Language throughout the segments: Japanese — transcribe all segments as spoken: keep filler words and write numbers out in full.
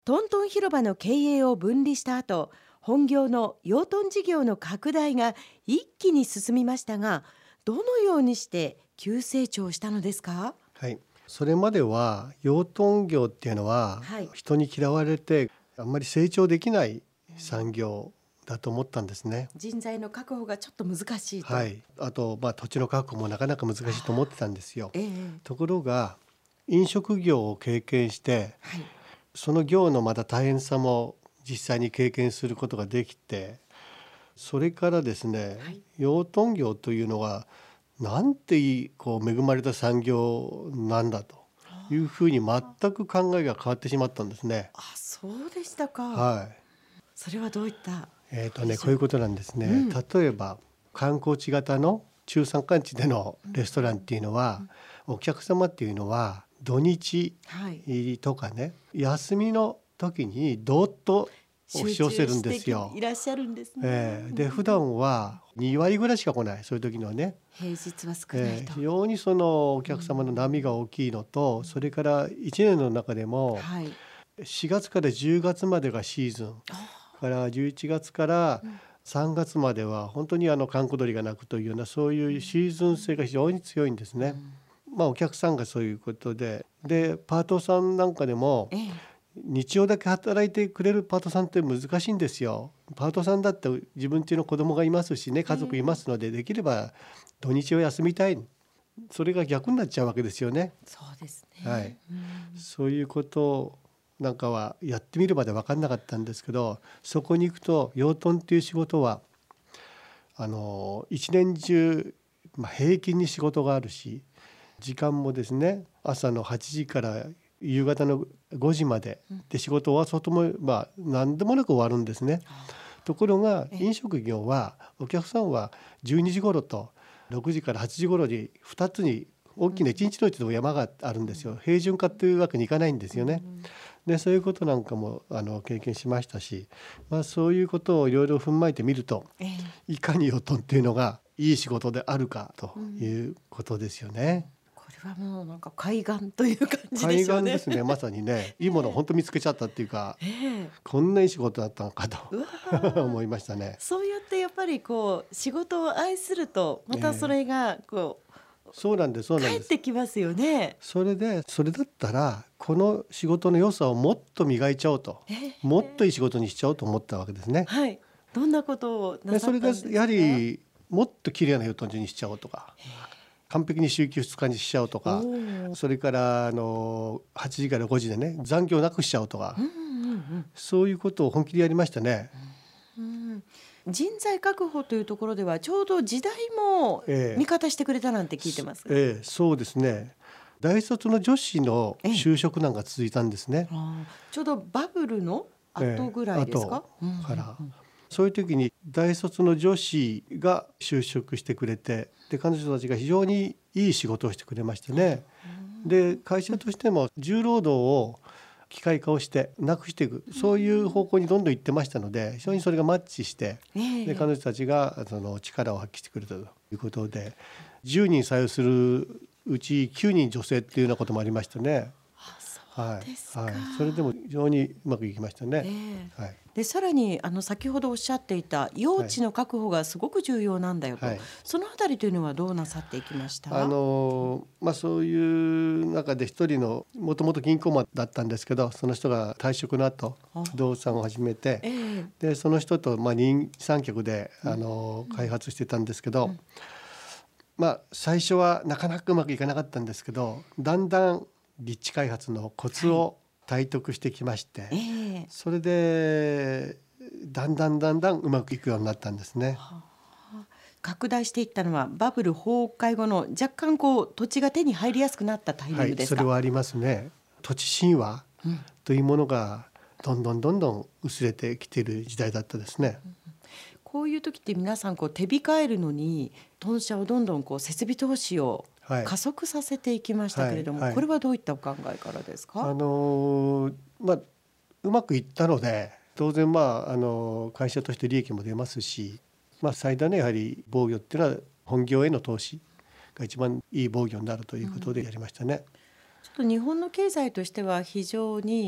トントン広場の経営を分離した後、本業の養豚事業の拡大が一気に進みましたが、どのようにして急成長したのですか？ はい、それまでは養豚業っていうのははい。 人に嫌われてあんまり成長できない産業だと思ったんですね。 人材の確保がちょっと難しいと。 はい、あと、まあ、土地の確保もなかなか難しいと思ってたんですよ。 ええ。 ところが飲食業を経験してはい。 その業のまた大変さも実際に経験することができて、それからですね、 はい。 養豚業というのはなんていいこう恵まれた産業なんだというふうに全く考えが変わってしまったんですね。 あ、そうでしたか。 はい。 それはどういったえーとね、 印象？ こういうことなんですね。 うん。 例えば観光地型の中山間地でのレストランっていうのは、お客様っていうのは土日はい。 とかね、休みの時にどーっと押集し寄せるん中してですよ。 きいらっしゃるんですね。 えーで普うん。 段はに割ぐらいしか来ない、そういう時のはね。 平日は少ないと。 えー非常にそのお客様の波が大きいのと、それからいちねんの中でもはい。 しがつからじゅうがつまでがシーズンからじゅういちがつからさんがつまでは本当にあの閑古鳥が鳴くというような、そういうシーズン性が非常に強いんですね。まあ、お客さんがそういうことで、でパートさんなんかでもええ。 日曜だけ働いてくれるパートさんって難しいんですよ。パートさんだって自分家の子供がいますしね、家族いますので、できれば土日を休みたい。それが逆になっちゃうわけですよね。 そうですはい、 ね。うん。 そういうことなんかはやってみるまで分かんなかったんですけど、そこに行くと養豚っていう仕事はあの一年中、まあ、平均に仕事があるし、時間もですね、朝のはちじから夕方のごじまでで、仕事は外もまあ何でもなく終わるんですね。ところがええ。 飲食業はお客さんはじゅうにじ頃とろくじからはちじ頃にふたつに大きないちにちのうちでも山があるんですよ。平準化というわけにいかないんですよね。でそういうことなんかもあの経験しましたし、まあ、そういうことをいろいろ踏まえてみると、 ええ。 いかに養豚っていうのがいい仕事であるかとうん。 いうことですよね。 これはもうなんか海岸という感じで海しょうね。 岸ですね、まさにね、いいものをええ。 本当見つけちゃったっていうか、 ええ。 こんないい仕事だったのかうわとー。 思いましたね。 そうやってやっぱりこう仕事を愛すると、またそええれがこうそうなんです、そうなん返っです。 てきますよね。 それで、それだったら、この仕事の良さをもっと磨いちゃおうと、 えもっといいえ。 仕事にしちゃおうと思ったわけですね。 はい。どんなことをなで、それがさったんでやはすか？ り、もっと綺麗な養豚場にしちゃおうとか、完璧に週休ふつかにしちゃおうとおか、 お。 それからあのはちじからごじでね、残業なくしちゃおうとか、 うんうんうん。 そういうことを本気でやりましたね。 うん。人材確保というところではちょうど時代も味ええ方してくれたなんて聞いてますが。 ええ、そうですね。大卒の女子のええ。 就職難が続いたんですね。 ああ、ちょうどバブルの後ええ、 ぐらいですか？ あとうんうんから、 うん。 そういう時に大卒の女子が就職してくれて、で彼女たちが非常にいい仕事をしてくれましてね。で会社としても重労働を機械化をしてなくしていく、そういう方向にどんどん行ってましたので、非常にそれがマッチして、でええ。 彼女たちがその力を発揮してくれたということで、じゅうにん採用するうちきゅうにん女性っていうようなこともありましたね。 あ、そうはいですか。 はい、それでも非常にうまくいきましたね。 ええ。 はいで、さらにあの先ほどおっしゃっていた用はい地の確保がすごく重要なんだよと、 はい。 そのあたりというのはどうなさっていきましあた？ のまあ、そういう中で一人のもともと銀行マンだったんですけど、その人が退職の後あ、 不動産を始めて、 ええ。 でその人とまあ二人三脚であの開発してたんですけど、まあ、最初はなかなかうまくいかなかったんですけど、だんだん立地開発のコツはい。 を体得してきまして、 ええ。 それでだんだんだんだんうまくいくようになったんですね。 はあ。拡大していったのはバブル崩壊後の若干こう土地が手に入りやすくなったタイミはい、 ングですか？ それはありますね。土地神話というものがどんどんどんどん薄れてきている時代だったですね。 こういう時って皆さんこう手控えるのに豚舎をどんどんこう設備投資をはい、 加速させていきましたけれども、 はいはい。 これはどういったお考えからですか？ あのーまあうまくいったので、当然まああの会社として利益も出ますし、まあ最大のやはり防御っていうのは本業への投資が一番いい防御になるということでやりましたね。 ちょっと日本の経済としては非常に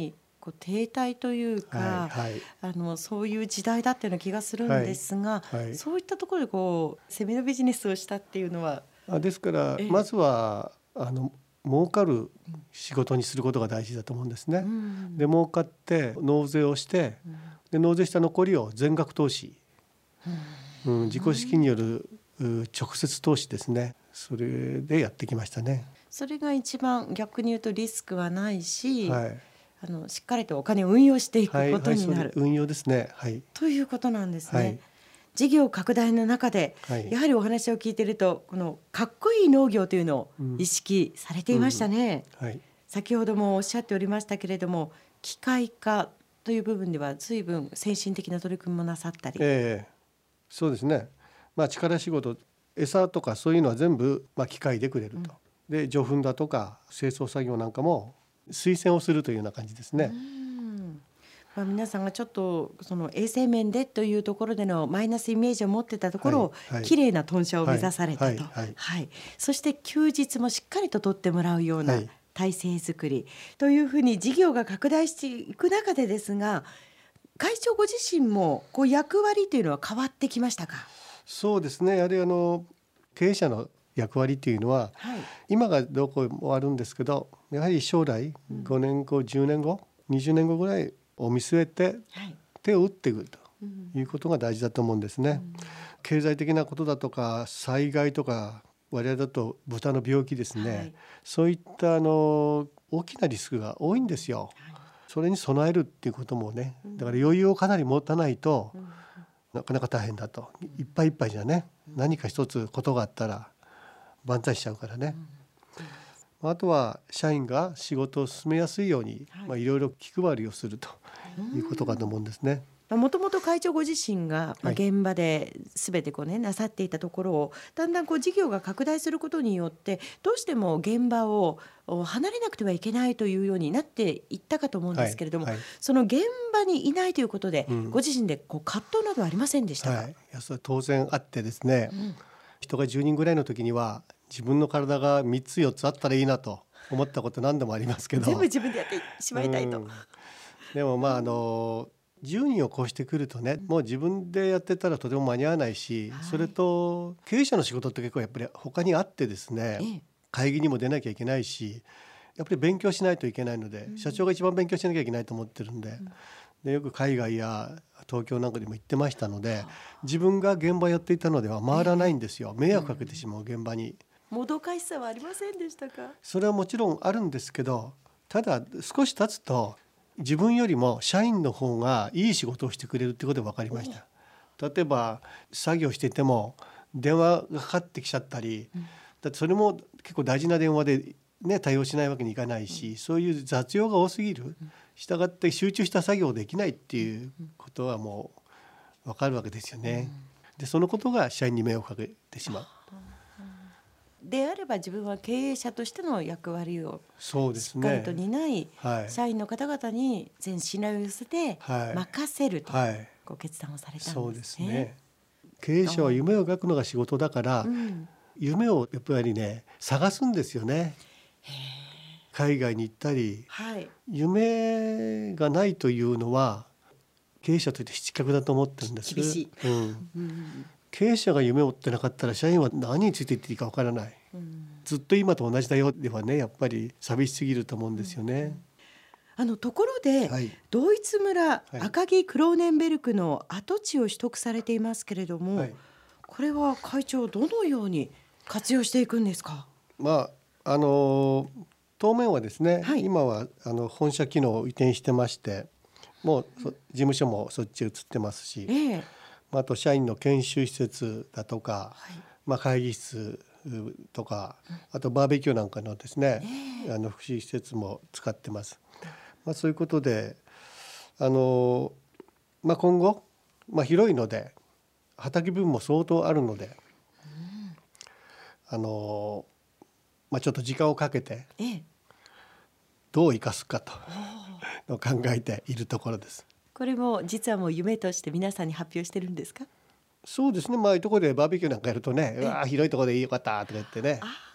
こう停滞というか、 はいはいあのそういう時代だったような気がするんですが、 はいはい、 そういったところでこうセミのビジネスをしたっていうのは、 あですからええまずはあの儲かる仕事にすることが大事だと思うんですね。 うん、 で儲かって納税をしてで納税した残りを全額投資、うん、自己資金によるう直接投資ですね。それでやってきましたね。 それが一番逆に言うとリスクはないし、 はいあのしっかりとお金を運用していくことはいはい、 になる、 それ運用ですね。はいということなんですね。 はい事業拡大の中で、 はいやはりお話を聞いているとこのかっこいい農業というのを意識されていましたね。 はい、 先ほどもおっしゃっておりましたけれども、機械化という部分では随分先進的な取り組みもなさったり、 ええそうですね。まあ力仕事、餌とかそういうのは全部まあ機械でくれると。で除粉だとか清掃作業なんかも推薦をするというような感じですね。 うんまあ、皆さんがちょっとその衛生面でというところでのマイナスイメージを持ってたところを、 はいはい、 きれいな豚舎を目指されたと、 はいはいはいはい、そして休日もしっかりと取ってもらうようなはい体制づくりというふうに事業が拡大していく中でですが、会長ご自身もこう役割というのは変わってきましたか？ そうですね。やはりあの経営者の役割というのは、 はい、 今がどこもあるんですけど、やはり将来ごねんごじゅうねんごにじゅうねんごぐらいを見据えてはい手を打っていくとうんいうことが大事だと思うんですね。経済的なことだとか災害とか我々だと豚の病気ですね、 はい、 そういったあの大きなリスクが多いんですよ。それに備えるっていうこともね、だから余裕をかなり持たないとうんなかなか大変だと。いっぱいいっぱいじゃね、何か一つことがあったら万歳しちゃうからね。あとは社員が仕事を進めやすいように、 はいまあ、いろいろ気配りをするということかと思うんですね。 もともと会長ご自身が、まあ、 はい現場で全てこう、ね、なさっていたところをだんだんこう事業が拡大することによってどうしても現場をお離れなくてはいけないというようになっていったかと思うんですけれども、 はいはいその現場にいないということで、 うんご自身でこう葛藤などはありませんでしたか？ はい、いやそれ当然あってですね、 うん人がじゅうにんぐらいの時には自分の体がみっつよっつあったらいいなと思ったこと何度もありますけど、 全部自分でやってしまいたいと、 うんでもまああのじゅうにんを越してくるとね、もう自分でやってたらとても間に合わないし、 はいそれと経営者の仕事って結構やっぱり他にあってですね、 ええ会議にも出なきゃいけないし、やっぱり勉強しないといけないので、社長が一番勉強しなきゃいけないと思ってるんで、でよく海外や東京なんかにも行ってましたので、自分が現場やっていたのでは回らないんですよ。迷惑かけてしまう現場に。 もどかしさはありませんでしたか？ それはもちろんあるんですけど、ただ少し経つと自分よりも社員の方がいい仕事をしてくれるってことが分かりました。例えば作業していても電話がかかってきちゃったり、だってそれも結構大事な電話で、ね、対応しないわけにいかないし、そういう雑用が多すぎる、したがって集中した作業できないっていうことはもう分かるわけですよね。でそのことが社員に迷惑をかけてしまう。 であれば自分は経営者としての役割をそうですしっかりとね。 担い、 はい社員の方々に全信頼を寄せてはい任せるとはいご決断をされたそうでんですね。 すね。経営者は夢を描くのが仕事だから、 うん夢をやっぱりね探すんですよね。海外に行ったり、 はい夢がないというのは経営者として失格だと思ってるんです。 厳しいうん、 うん経営者が夢を追ってなかったら社員は何についていっていいかわからない。 うんずっと今と同じだよではね、やっぱり寂しすぎると思うんですよね。 あのところで、 はいドイツ村、 い赤城クローネンベルクの跡地を取得されていますけれども、 はいこれは会長どのように活用していくんですか？ まああの当面はですね、 はい今はあの本社機能を移転してまして、もうそ事務所もそっち移ってますし、 ええまああと社員の研修施設だとか、 はいまあ、会議室とか、あとバーベキューなんかのですね、 えあの福祉施設も使ってます。まあ、そういうことであの、まあ、今後、まあ、広いので畑分も相当あるので、あのまあ、ちょっと時間をかけてええどう生かすかと考えているところです。 これも実はもう夢として皆さんに発表してるんですか？ そうですね、まあ、ああいうところでバーベキューなんかやるとね、うわー広いところでよかったとか言ってね、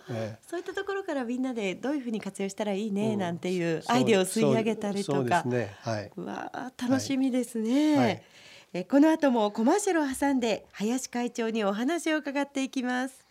ええそういったところからみんなでどういうふうに活用したらいいねうんなんていうそうアイデアを吸い上げたりとか。 そうそうですね。はい。 うわー楽しみですね、 はいえこの後もコマーシャルを挟んで林会長にお話を伺っていきます。